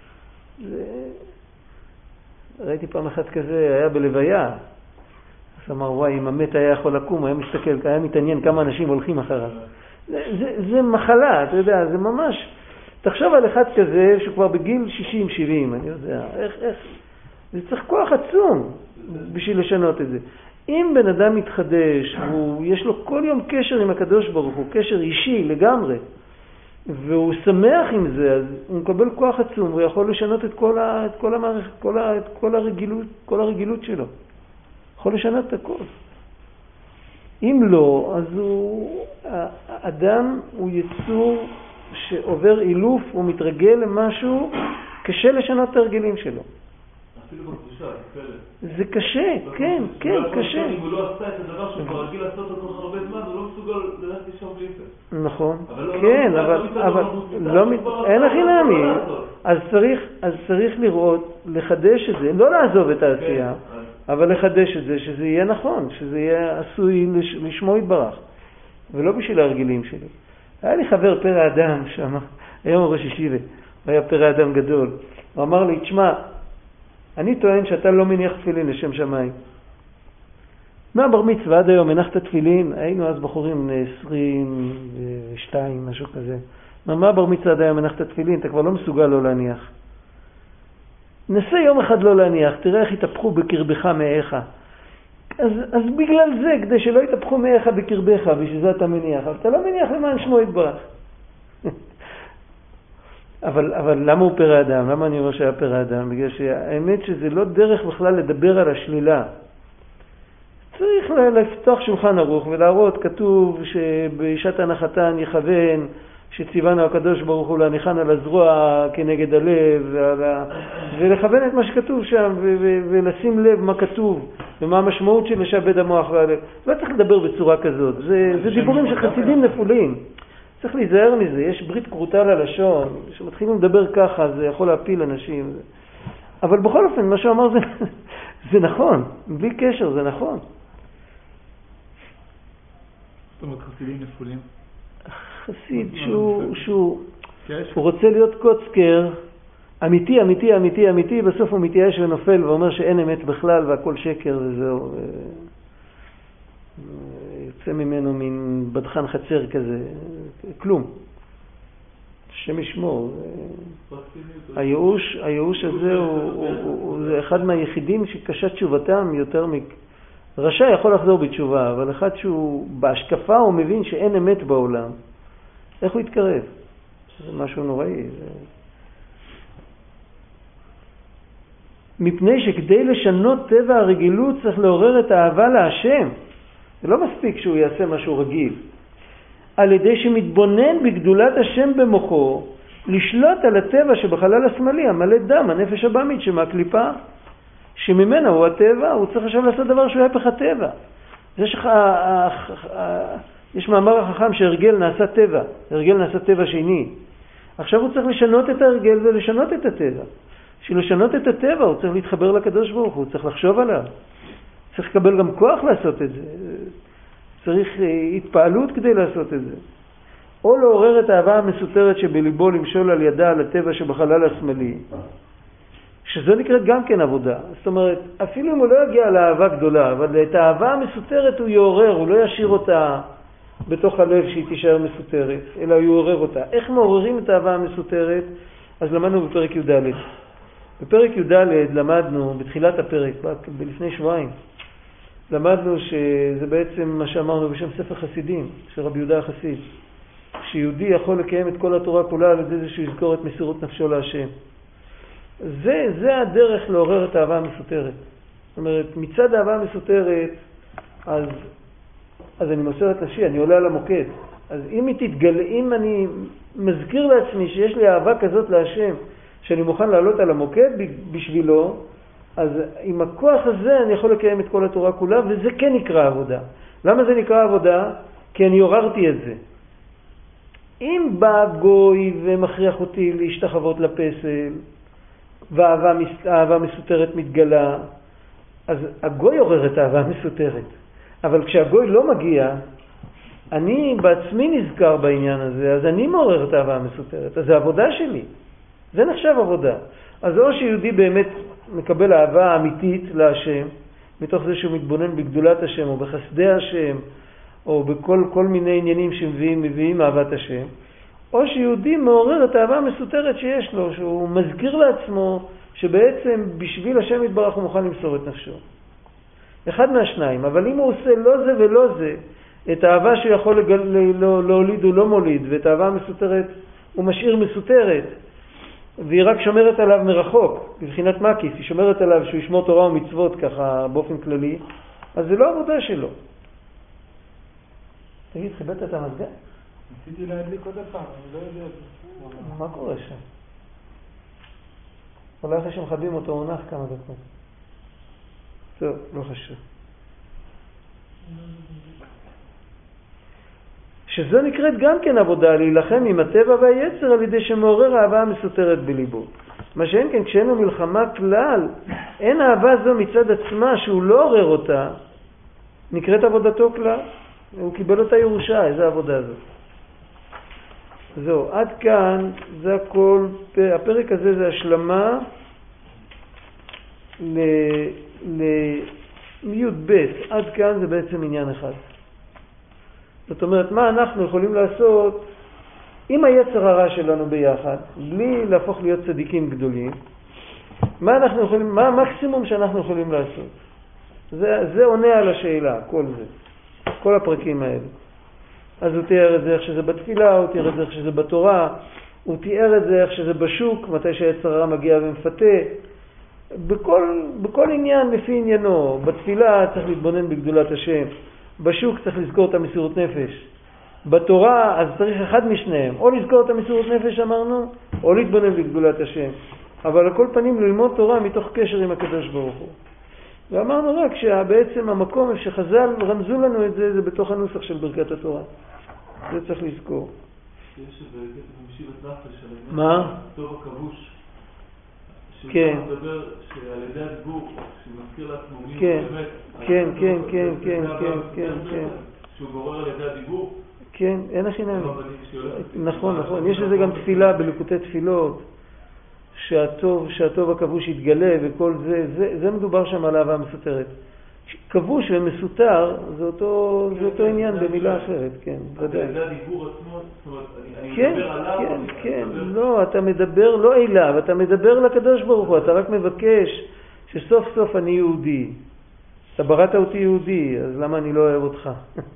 ראיתי פעם אחד כזה, היה בלוויה. אז אמר, וואי, אם המת היה יכול לקום, היה מסתכל, היה מתעניין כמה אנשים הולכים אחריו. זה מחלה, אתה יודע, זה ממש... תחשוב על אחד כזה שכבר בגיל 60-70, אני יודע, איך... זה צריך כוח עצום בשביל לשנות את זה. אם בן אדם מתחדש, יש לו כל יום קשר עם הקדוש ברוך הוא, קשר אישי לגמרי, והוא שמח עם זה, אז הוא מקבל כוח עצום, הוא יכול לשנות את כל המערכת, כל הרגילות שלו. יכול לשנות את הכל. אם לא, אז האדם הוא יצור שעובר אילוף, הוא מתרגל למשהו, קשה לשנות את הרגילים שלו. אפילו בקדושה, זה קשה, כן, קשה. אם הוא לא עשה את הדבר שהוא כבר רגיל לעשות אותו הרבה זמן, הוא לא מסוגל ללכת לשם בלי זה. נכון, כן, אבל אין הכי נעמי. אז צריך לראות, לחדש את זה, לא לעזוב את העשייה, אבל לחדש את זה, שזה יהיה נכון, שזה יהיה עשוי לשמו יתברך, ולא בשביל הרגילים שלי. היה לי חבר פרא אדם שם, היום ראש ישיבה, הוא היה פרא אדם גדול. הוא אמר לי, תשמע, אני טוען שאתה לא מניח תפילין לשם שמיים. מהבר מצווה עד היום הנחת תפילין, היינו אז בחורים 22, משהו כזה. מהבר מצווה עד היום הנחת תפילין, אתה כבר לא מסוגל לא להניח. נסה יום אחד לא להניח, תראה איך יתהפכו בקרבך מאיך. אז בגלל זה, כדי שלא יתהפכו מאיך בקרבך, בשביל זה אתה מניח. אבל אתה לא מניח למען שמו יתברך. אבל למה הוא פרא אדם? למה אני אומר שהיה פרא אדם? בגלל שהאמת שזה לא דרך בכלל לדבר על השלילה. צריך לפתוח שולחן ערוך ולהראות, כתוב שבשעת הנחתן יכוון, שציוונו הקדוש ברוך הוא להניחן על הזרוע כנגד הלב, ולכוון את מה שכתוב שם, ולשים לב מה כתוב, ומה המשמעות של לשעבד המוח והלב. לא צריך לדבר בצורה כזאת, זה דיבורים של חסידים נפולים. צריך להיזהר מזה, יש ברית קרוטה ללשון, שמתחילים לדבר ככה, זה יכול להפיל אנשים. אבל בכל אופן, מה שאמר זה נכון, בלי קשר, זה נכון. זאת אומרת, חסידים נפולים? חסיד שהוא רוצה להיות קוצקר, אמיתי, אמיתי, אמיתי, אמיתי, בסוף הוא מתייאש ונופל ואומר שאין אמת בכלל והכל שקר וזהו. יוצא ממנו מין בדחן חצר כזה, כלום. השם ישמור. הייאוש הזה זה אחד מהיחידים שקשה תשובתם יותר רשע יכול לחזור בתשובה, אבל אחד שהוא בהשקפה הוא מבין שאין אמת בעולם, איך הוא יתקרב? זה משהו נוראי. מפני שכדי לשנות טבע הרגילות צריך לעורר את האהבה להשם. זה לא מספיק שהוא יעשה משהו רגיל. על ידי שמתבונן בגדולת השם במוחו, לשלוט על הטבע שבחלל השמאלי, המלא דם, הנפש הבאמית שמהקליפה, שממנה הוא הטבע, הוא צריך עכשיו לעשות דבר שהוא הפך הטבע. יש מאמר החכם שהרגל נעשה טבע, הרגל נעשה טבע שני. עכשיו הוא צריך לשנות את ההרגל ולשנות את הטבע. בשביל לשנות את הטבע הוא צריך להתחבר לקדוש ברוך הוא, צריך לחשוב עליו. צריך לקבל גם כוח לעשות את זה. צריך התפעלות כדי לעשות את זה. או לעורר את האהבה המסותרת שבליבו למשול על ידה על הטבע שבחלל השמאלי. שזו נקראת גם כן עבודה. זאת אומרת, אפילו אם הוא לא יגיע לאהבה גדולה, אבל את האהבה המסותרת הוא יעורר, הוא לא ישאיר אותה בתוך הלב שהיא תישאר מסותרת, אלא הוא יעורר אותה. איך מעוררים את האהבה המסותרת? אז למדנו בפרק י"ד. בפרק י"ד למדנו, בתחילת הפרק, לפני שבועיים, למדנו שזה בעצם מה שאמרנו בשם ספר חסידים, של רבי יהודה החסיד. שיהודי יכול לקיים את כל התורה כולה על ידי זה שהוא יזכור את מסירות נפשו להשם. זה הדרך לעורר את האהבה המסותרת. זאת אומרת, מצד האהבה המסותרת, אז אני מוסר את נפשי, אני עולה על המוקד. אז אם היא תתגלה, אם אני מזכיר לעצמי שיש לי אהבה כזאת להשם, שאני מוכן לעלות על המוקד בשבילו, אז עם הכוח הזה אני יכול לקיים את כל התורה כולה, וזה כן נקרא עבודה. למה זה נקרא עבודה? כי אני עוררתי את זה. אם בא גוי ומכריח אותי להשתחוות לפסל, והאהבה מסותרת מתגלה, אז הגוי עורר את האהבה המסותרת. אבל כשהגוי לא מגיע, אני בעצמי נזכר בעניין הזה, אז אני מעורר את האהבה המסותרת. אז זה עבודה שלי. זה נחשב עבודה. אז או שיהודי באמת מקבל אהבה אמיתית להשם, מתוך זה שהוא מתבונן בגדולת השם, או בחסדי השם, או בכל מיני עניינים שמביאים אהבת השם, או שיהודי מעורר את האהבה המסותרת שיש לו, שהוא מזכיר לעצמו שבעצם בשביל השם יתברך הוא מוכן למסור את נפשו. אחד מהשניים, אבל אם הוא עושה לא זה ולא זה, את האהבה שהוא יכול להוליד הוא לא מוליד, ואת האהבה המסותרת הוא משאיר מסותרת, והיא רק שומרת עליו מרחוק, בבחינת מקיף, היא שומרת עליו שהוא ישמור תורה ומצוות ככה באופן כללי, אז זה לא עבודה שלו. תגיד, חיבדת את המזגן? ניסיתי להדליק עוד פעם, אני לא יודע. מה קורה שם? אולי אחרי שמחבים אותו הוא נח כמה דקות. טוב, לא חשוב. שזו נקראת גם כן עבודה, להילחם עם הטבע והיצר על ידי שמעורר אהבה המסותרת בליבו. מה שאין כן, כשאין לו מלחמה כלל, אין אהבה זו מצד עצמה שהוא לא עורר אותה, נקראת עבודתו כלל. הוא קיבל אותה ירושה, איזה עבודה זאת. זהו, עד כאן זה הכל, הפרק הזה זה השלמה לי"ב, עד כאן זה בעצם עניין אחד. זאת אומרת, מה אנחנו יכולים לעשות עם היצר הרע שלנו ביחד, בלי להפוך להיות צדיקים גדולים, מה המקסימום שאנחנו יכולים לעשות? זה עונה על השאלה, כל זה. כל הפרקים האלה. אז הוא תיאר את זה איך שזה בתפילה, הוא תיאר את זה איך שזה בתורה, הוא תיאר את זה איך שזה בשוק, מתי שהיצר הרע מגיע ומפתה. בכל עניין לפי עניינו. בתפילה צריך להתבונן בגדולת השם. בשוק צריך לזכור את המסירות נפש. בתורה אז צריך אחד משניהם. או לזכור את המסירות נפש אמרנו, או להתבונן בגדולת השם. אבל על כל פנים ללמוד תורה מתוך קשר עם הקדוש ברוך הוא. ואמרנו רק שבעצם המקום שחז"ל רמזו לנו את זה, זה בתוך הנוסח של ברכת התורה. זה צריך לזכור. יש איזה קטע משיבת נפש של העניין. מה? טוב הכבוש. כן. שהוא מדבר שעל ידי הדיבור, שמזכיר לעצמו מי הוא כן. באמת. כן, כן, כן, כן, כן, כן, כן. שהוא גורר על ידי הדיבור. כן, אין הכי נעמי. נכון, נכון. יש לזה גם תפילה בליקוטי תפילות. שהטוב הכבוש יתגלה וכל זה מדובר שם על אהבה מסותרת. כבוש ומסותר זה אותו עניין במילה אחרת, כן, ודאי. זה הדיבור עצמו, זאת אומרת, אני כן, מדבר עליו. כן, כן, לא, אתה מדבר לא אליו, אתה מדבר לקדוש ברוך הוא, אתה רק מבקש שסוף סוף אני יהודי. אתה בראת אותי יהודי, אז למה אני לא אוהב אותך?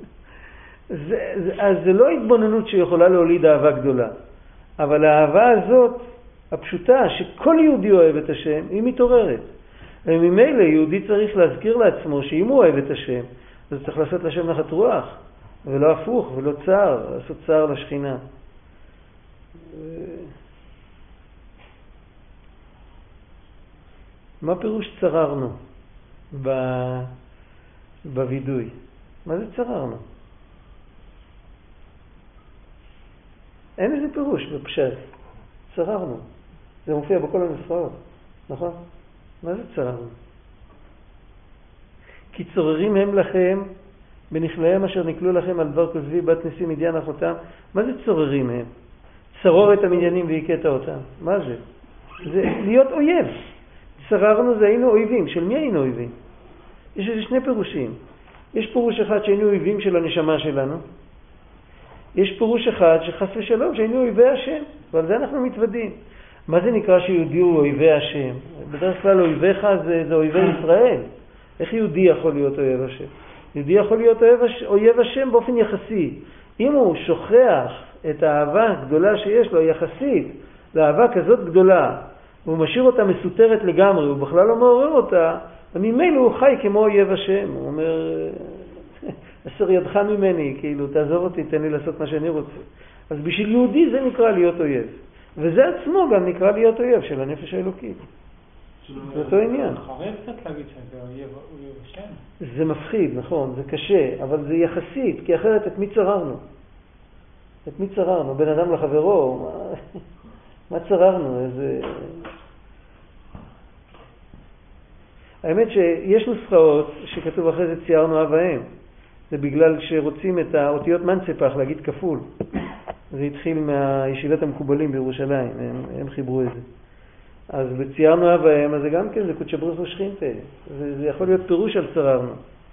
אז זה לא התבוננות שיכולה להוליד אהבה גדולה. אבל האהבה הזאת, הפשוטה, שכל יהודי אוהב את השם, היא מתעוררת. וממילא יהודי צריך להזכיר לעצמו שאם הוא אוהב את השם, אז צריך לעשות לשם נחת רוח, ולא הפוך, ולא צער, לעשות צער לשכינה. מה פירוש צררנו בווידוי? מה זה צררנו? אין איזה פירוש בפשט. צררנו. זה מופיע בכל הנוסחאות, נכון? מה זה צררנו? כי צוררים הם לכם בנכלהם אשר נקלו לכם על דבר כוזבי בת נשיא מדיין אחותם. מה זה צוררים הם? צרור את המניינים והיקטה אותם. מה זה? זה להיות אויב. צררנו זה היינו אויבים. של מי היינו אויבים? יש איזה שני פירושים. יש פירוש אחד שהיינו אויבים של הנשמה שלנו. יש פירוש אחד שחס ושלום שהיינו אויבי השם. ועל זה אנחנו מתוודים. מה זה נקרא שיהודי הוא אויבי השם? בדרך כלל אויביך זה אויבי ישראל. איך יהודי יכול להיות אויב השם? יהודי יכול להיות אויב השם באופן יחסי. אם הוא שוכח את האהבה הגדולה שיש לו יחסית לאהבה כזאת גדולה, והוא משאיר אותה מסותרת לגמרי, הוא בכלל לא מעורר אותה, ממילא הוא חי כמו אויב השם. הוא אומר, אסר ידך ממני, כאילו, תעזוב אותי, תן לי לעשות מה שאני רוצה. אז בשביל יהודי זה נקרא להיות אויב. וזה עצמו גם נקרא להיות אויב של הנפש האלוקית. זה אותו עניין. חרב קצת להגיד שזה אויב השם. זה מפחיד, נכון, זה קשה, אבל זה יחסית, כי אחרת את מי צררנו? את מי צררנו? בן אדם לחברו, מה צררנו? איזה... האמת שיש נוסחאות שכתוב אחרי זה ציירנו אב ואם. זה בגלל שרוצים את האותיות מנצפח להגיד כפול. זה התחיל מהישיבת המקובלים בירושלים, הם חיברו את זה. אז בציירנו אב ואם, אז זה גם כן, זה קודשא בריך הוא שכינתה. זה יכול להיות פירוש על צררנו.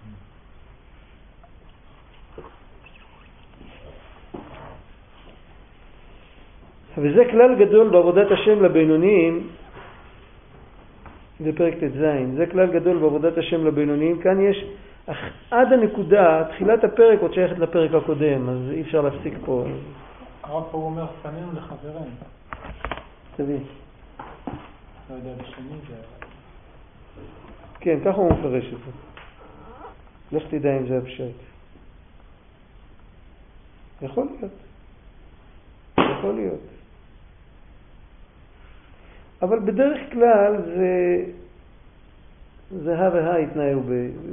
וזה כלל גדול בעבודת השם לבינוניים, זה פרק ט"ז, זה כלל גדול בעבודת השם לבינוניים. כאן יש עד הנקודה, תחילת הפרק עוד שייכת לפרק הקודם, אז אי אפשר להפסיק פה. הרב פה אומר פנינו לחברים. תביא. לא יודע, בשני זה... כן, ככה הוא מפרש את זה. לך תדע אם זה הפשט. יכול להיות. יכול להיות. אבל בדרך כלל זה הא והא התנאו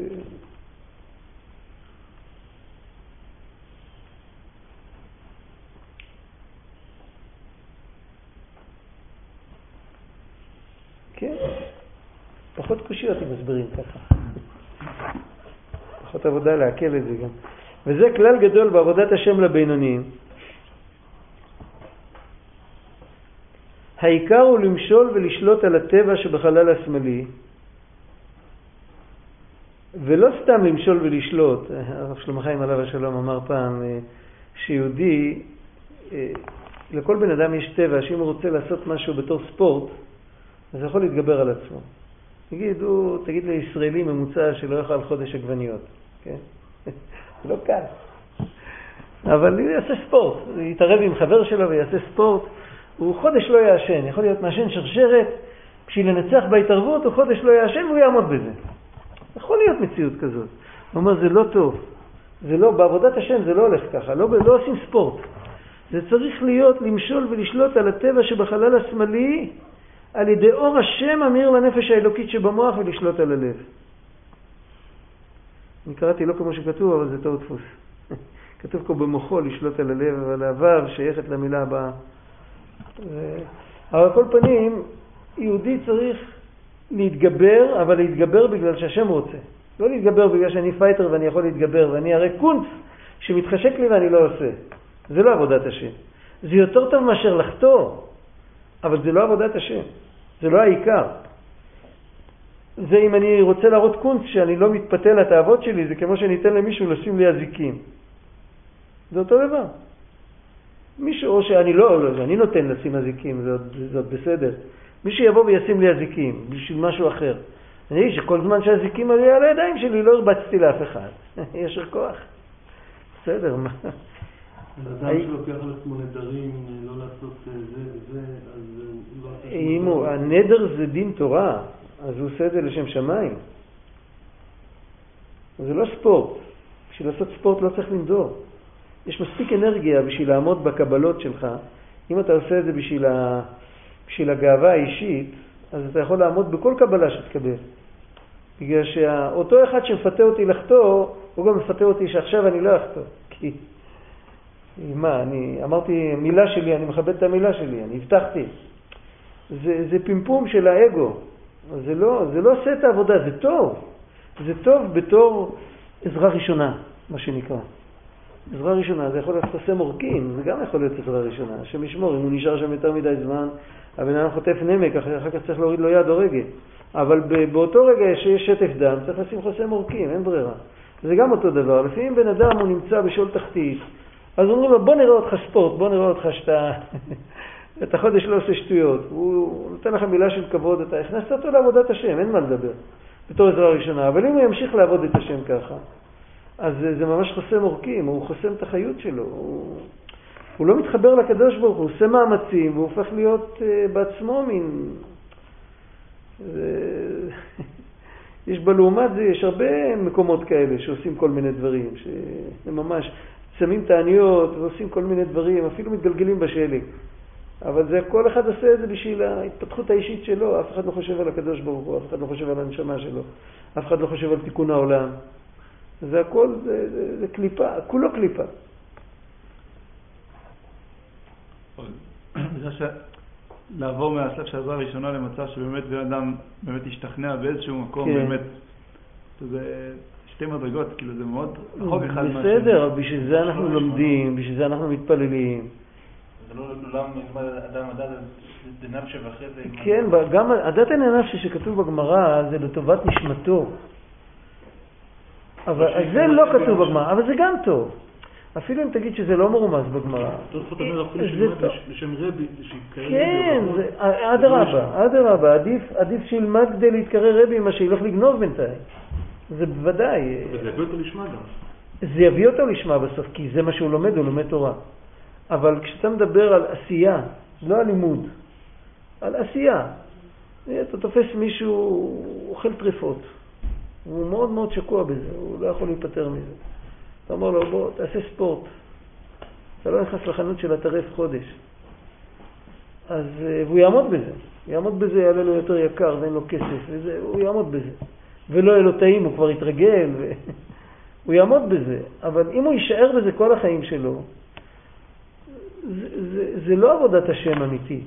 כן. פחות קושיות אם מסברים ככה. פחות עבודה להקל את זה גם. וזה כלל גדול בעבודת השם לבינוניים. העיקר הוא למשול ולשלוט על הטבע שבחלל השמאלי, ולא סתם למשול ולשלוט. הרב שלמה חיים עליו השלום אמר פעם שיהודי, לכל בן אדם יש טבע שאם הוא רוצה לעשות משהו בתור ספורט, אז יכול להתגבר על עצמו. תגיד לישראלי ממוצע שלא יאכל חודש עגבניות. כן? זה לא קל. אבל הוא יעשה ספורט. הוא יתערב עם חבר שלו ויעשה ספורט. הוא חודש לא יעשן. יכול להיות מעשן שרשרת. בשביל לנצח בהתערבות הוא חודש לא יעשן והוא יעמוד בזה. יכול להיות מציאות כזאת. הוא אומר, זה לא טוב. זה לא, בעבודת השם זה לא הולך ככה. לא עושים ספורט. זה צריך להיות למשול ולשלוט על הטבע שבחלל השמאלי, על ידי אור השם אמיר לנפש האלוקית שבמוח ולשלוט על הלב. אני קראתי לא כמו שכתוב, אבל זה טעות דפוס. כתוב פה במוחו לשלוט על הלב, אבל הוו שייכת למילה הבאה. אבל כל פנים, יהודי צריך להתגבר, אבל להתגבר בגלל שהשם רוצה. לא להתגבר בגלל שאני פייטר ואני יכול להתגבר, ואני הרי קונץ שמתחשק לי ואני לא עושה. זה לא עבודת השם. זה יותר טוב מאשר לחתור, אבל זה לא עבודת השם. זה לא העיקר. זה אם אני רוצה להראות קונץ שאני לא מתפתה לתאוות שלי, זה כמו שאני אתן למישהו לשים לי אזיקים. זה אותו דבר. מישהו, או שאני אני נותן לשים אזיקים, זאת בסדר. מישהו יבוא וישים לי אזיקים בשביל משהו אחר. אני שכל זמן שהזיקים היו על הידיים שלי לא הרבצתי לאף אחד. ישר כוח. בסדר, מה? אדם שלוקח על עצמו נדרים, לא לעשות זה וזה, אז לא... הנדר זה דין תורה, אז הוא עושה את זה לשם שמיים. זה לא ספורט. בשביל לעשות ספורט לא צריך לנדור. יש מספיק אנרגיה בשביל לעמוד בקבלות שלך. אם אתה עושה את זה בשביל הגאווה האישית, אז אתה יכול לעמוד בכל קבלה שתקבל. בגלל שאותו אחד שמפתה אותי לחתור, הוא גם מפתה אותי שעכשיו אני לא אחתור. כי מה, אני אמרתי מילה שלי, אני מכבד את המילה שלי, אני הבטחתי. זה פמפום של האגו. זה לא עושה את העבודה, זה טוב. זה טוב בתור עזרה ראשונה, מה שנקרא. עזרה ראשונה, זה יכול להיות חוסם עורקים, זה גם יכול להיות עזרה ראשונה. השם ישמור, אם הוא נשאר שם יותר מדי זמן, הבן אדם חוטף נמק, אחר כך צריך להוריד לו יד או רגל. אבל באותו רגע שיש שטף דם, צריך לשים חוסם עורקים, אין ברירה. זה גם אותו דבר. לפעמים בן אדם הוא נמצא בשול תחתית, אז אומרים לו, בוא נראה אותך ספורט, בוא נראה אותך שאתה... אתה חודש לא עושה שטויות. הוא נותן לך מילה של כבוד, אתה הכנסת אותו לעבודת השם, אין מה לדבר. בתור עזרה ראשונה. אבל אם הוא ימשיך לעבוד את השם ככה, אז זה ממש חוסם עורקים, הוא חוסם את החיות שלו. הוא לא מתחבר לקדוש ברוך הוא, עושה מאמצים, והוא הופך להיות בעצמו מין... יש בלעומת זה, יש הרבה מקומות כאלה שעושים כל מיני דברים, שהם ממש שמים תעניות ועושים כל מיני דברים, אפילו מתגלגלים בשלג. אבל זה, כל אחד עושה את זה בשביל ההתפתחות האישית שלו, אף אחד לא חושב על הקדוש ברוך הוא, אף אחד לא חושב על הנשמה שלו, אף אחד לא חושב על תיקון העולם. זה הכל, זה קליפה, כולו קליפה. לעבור מהשלב של העזרה הראשונה למצב שבאמת בן אדם באמת ישתכנע באיזשהו מקום, באמת, זה שתי מדרגות, כאילו זה מאוד רחוק אחד מהשני. בסדר, בשביל זה אנחנו לומדים, בשביל זה אנחנו מתפללים. זה לא נלמד אדם הדת דנפשה ואחרי זה... כן, גם הדת הנפשה שכתוב בגמרא זה לטובת נשמתו. אבל זה לא כתוב בגמרא, אבל זה גם טוב. אפילו אם תגיד שזה לא מרומז בגמרא. זאת אומרת, אפילו שילמד לשם רבי, כן, אדרבה, עדיף שילמד כדי להתקרר רבי מה שילך לגנוב בינתיים. זה בוודאי. זה יביא אותו לשמה גם. זה יביא אותו לשמה בסוף, כי זה מה שהוא לומד, הוא לומד תורה. אבל כשאתה מדבר על עשייה, לא על לימוד, על עשייה, אתה תופס מישהו אוכל טריפות. הוא מאוד מאוד שקוע בזה, הוא לא יכול להיפטר מזה. אתה אומר לו, בוא, תעשה ספורט. אתה לא נכנס לחנות של הטרף חודש. אז, והוא יעמוד בזה. יעמוד בזה, יעלה לו יותר יקר ואין לו כסף, וזה, הוא יעמוד בזה. ולא יהיה לו טעים, הוא כבר יתרגל, הוא יעמוד בזה. אבל אם הוא יישאר בזה כל החיים שלו, זה לא עבודת השם אמיתית.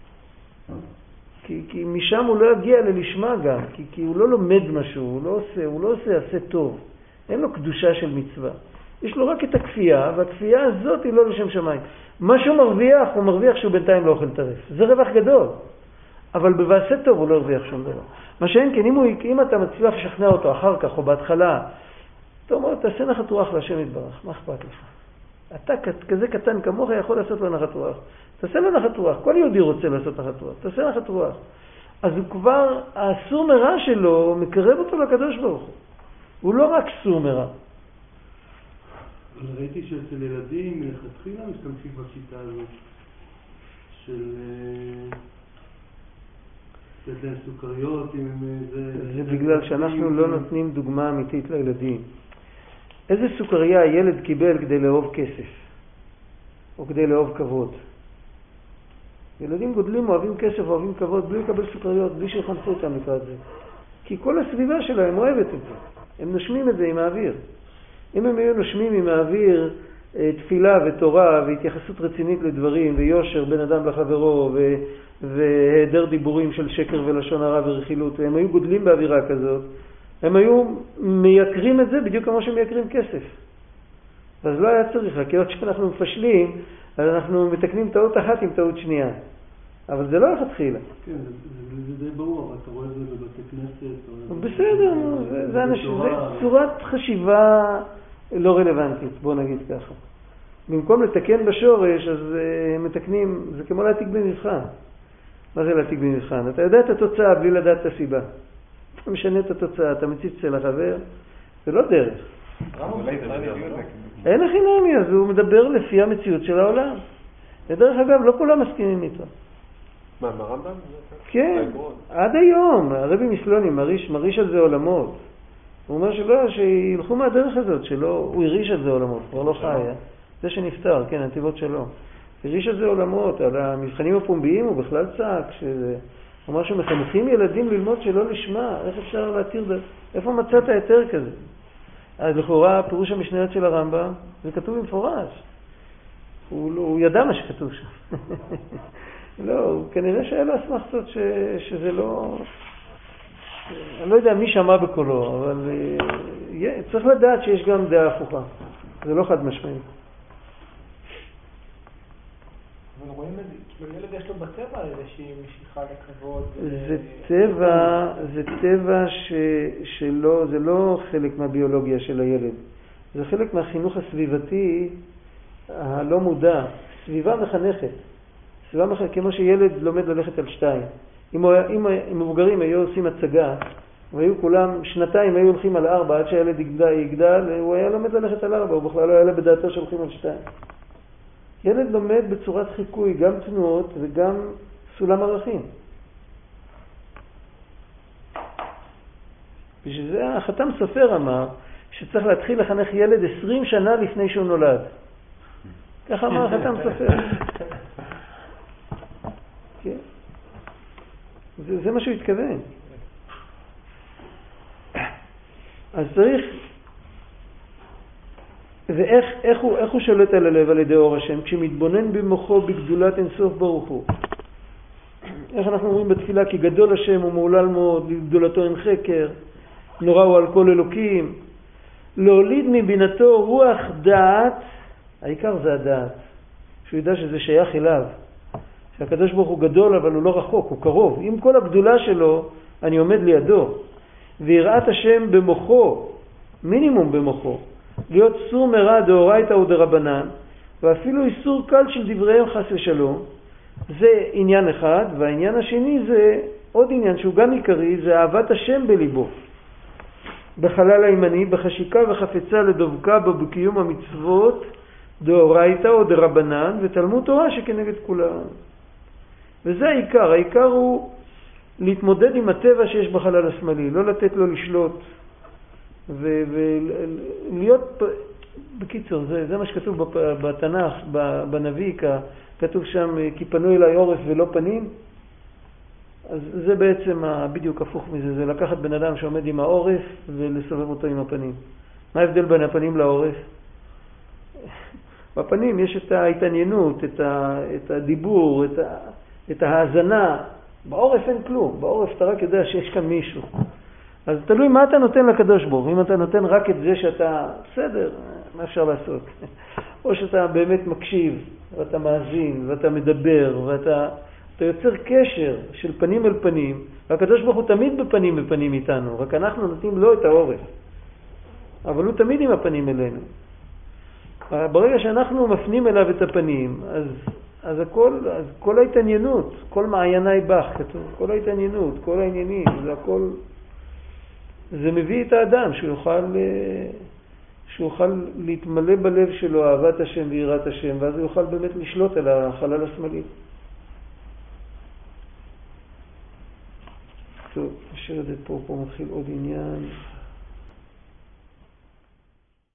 כי משם הוא לא יגיע ללשמה גם, כי הוא לא לומד משהו, הוא לא עושה טוב. אין לו קדושה של מצווה. יש לו רק את הכפייה, והכפייה הזאת היא לא לשם שמיים. מה שהוא מרוויח, הוא מרוויח שהוא בינתיים לא אוכל טרף. זה רווח גדול. אבל בבעשה טוב הוא לא הרוויח שום דבר. מה שאין כן, אם אתה מצליח לשכנע אותו אחר כך או בהתחלה, אתה אומר, תעשה נחת רוח להשם יתברך, מה אכפת לך? אתה כזה קטן כמוך יכול לעשות לו נחת רוח. תעשה לו נחת רוח. כל יהודי רוצה לעשות נחת רוח. תעשה נחת רוח. אז הוא כבר, האסור מרע שלו מקרב אותו לקדוש ברוך הוא. הוא לא רק סור מרע. ראיתי שאצל ילדים מלכתחילה משתמשים בשיטה הזאת של לתת סוכריות עם זה בגלל שאנחנו לא נותנים דוגמה אמיתית לילדים. איזה סוכריה הילד קיבל כדי לאהוב כסף או כדי לאהוב כבוד? ילדים גודלים, אוהבים כסף, אוהבים כבוד, בלי לקבל סוכריות, בלי שיחנכו אותם לקראת זה. כי כל הסביבה שלהם אוהבת את זה. הם נושמים את זה עם האוויר. אם הם היו נושמים עם האוויר תפילה ותורה והתייחסות רצינית לדברים ויושר בין אדם לחברו והיעדר דיבורים של שקר ולשון הרע ורכילות, והם היו גודלים באווירה כזאת, הם היו מייקרים את זה בדיוק כמו שמייקרים כסף. אז לא היה צריך, כי עוד שאנחנו מפשלים, אז אנחנו מתקנים טעות אחת עם טעות שנייה. אבל זה לא הולך התחילה. כן, זה די ברור, אבל אתה רואה את זה בבתי כנסת. בסדר, זה צורת חשיבה לא רלוונטית, בוא נגיד ככה. במקום לתקן בשורש, אז מתקנים, זה כמו להעתיק במבחן. מה זה להעתיק במבחן? אתה יודע את התוצאה בלי לדעת את הסיבה. אתה משנה את התוצאה, אתה מציץ אצל החבר, זה לא דרך. אין הכי נמי, אז הוא מדבר לפי המציאות של העולם. ודרך אגב, לא כולם מסכימים איתו. מה, הרמב"ם? כן, עד היום, הרבי מסלוני מריש על זה עולמות. הוא אומר שלא, שילכו מהדרך הזאת, שלא, הוא הריש על זה עולמות, כבר לא חי, זה שנפטר, כן, הנתיבות שלו. הריש על זה עולמות, על המבחנים הפומביים הוא בכלל צעק, שזה, הוא אומר שמחנכים ילדים ללמוד שלא לשמה, איך אפשר להתיר, איפה מצאת היתר כזה? אז לכאורה, פירוש המשניות של הרמב"ם, זה כתוב במפורש. הוא ידע מה שכתוב שם. לא, כנראה שהיה לו אסמכתות שזה לא... אני לא יודע מי שמע בקולו, אבל צריך לדעת שיש גם דעה הפוכה. זה לא חד משמעי. אבל רואים את זה, כאילו ילד יש לו בטבע איזושהי משיכה לכבוד. זה טבע שלא, זה לא חלק מהביולוגיה של הילד. זה חלק מהחינוך הסביבתי הלא מודע. סביבה מחנכת. סביבה מחנכת, כמו שילד לומד ללכת על 2. אם מבוגרים היו עושים הצגה, והיו כולם שנתיים היו הולכים על 4, עד שהילד יגדל, הוא היה לומד ללכת על 4, הוא בכלל לא היה בדעתו שהולכים על 2. ילד לומד בצורת חיקוי, גם תנועות וגם סולם ערכים. בשביל זה החתם סופר אמר שצריך להתחיל לחנך ילד 20 שנה לפני שהוא נולד. ככה אמר החתם סופר. כן. זה מה שהוא התכוון. אז צריך, ואיך הוא שולט על הלב על ידי אור השם? כשמתבונן במוחו בגדולת אינסוף ברוך הוא. איך אנחנו אומרים בתפילה? כי גדול השם ומעולל מאוד, גדולתו אין חקר, נורא הוא על כל אלוקים. להוליד מבינתו רוח דעת, העיקר זה הדעת, שהוא ידע שזה שייך אליו. שהקדוש ברוך הוא גדול אבל הוא לא רחוק, הוא קרוב. עם כל הגדולה שלו אני עומד לידו. ויראת השם במוחו, מינימום במוחו, להיות סור מרע דאורייתא ודרבנן, ואפילו איסור קל של דבריהם חס ושלום. זה עניין אחד, והעניין השני זה עוד עניין שהוא גם עיקרי, זה אהבת השם בליבו. בחלל הימני, בחשיקה וחפצה לדבקה בו בקיום המצוות דאורייתא או דרבנן ותלמוד תורה שכנגד כולם. וזה העיקר. העיקר הוא להתמודד עם הטבע שיש בחלל השמאלי, לא לתת לו לשלוט ולהיות, בקיצור, זה מה שכתוב בתנ"ך, בנביא, כתוב שם כי פנו אליי עורף ולא פנים. אז זה בעצם בדיוק הפוך מזה, זה לקחת בן אדם שעומד עם העורף ולסובב אותו עם הפנים. מה ההבדל בין הפנים לעורף? בפנים יש את ההתעניינות, את הדיבור, את ההאזנה. בעורף אין כלום, בעורף אתה רק יודע שיש כאן מישהו. אז תלוי מה אתה נותן לקדוש ברוך. אם אתה נותן רק את זה שאתה בסדר, מה אפשר לעשות? או שאתה באמת מקשיב, ואתה מאזין, ואתה מדבר, ואתה יוצר קשר של פנים אל פנים, והקדוש ברוך הוא תמיד בפנים בפנים איתנו, רק אנחנו נותנים לו את העורף. אבל הוא תמיד עם הפנים אלינו. ברגע שאנחנו מפנים אליו את הפנים, אז כל ההתעניינות, כל מעייני בך, כתוב, כל ההתעניינות, כל העניינים, זה הכל, זה מביא את האדם שהוא יוכל להתמלא בלב שלו אהבת השם ויראת השם, ואז הוא יוכל באמת לשלוט על החלל השמאלי. טוב, נשאר את זה פה מתחיל עוד עניין.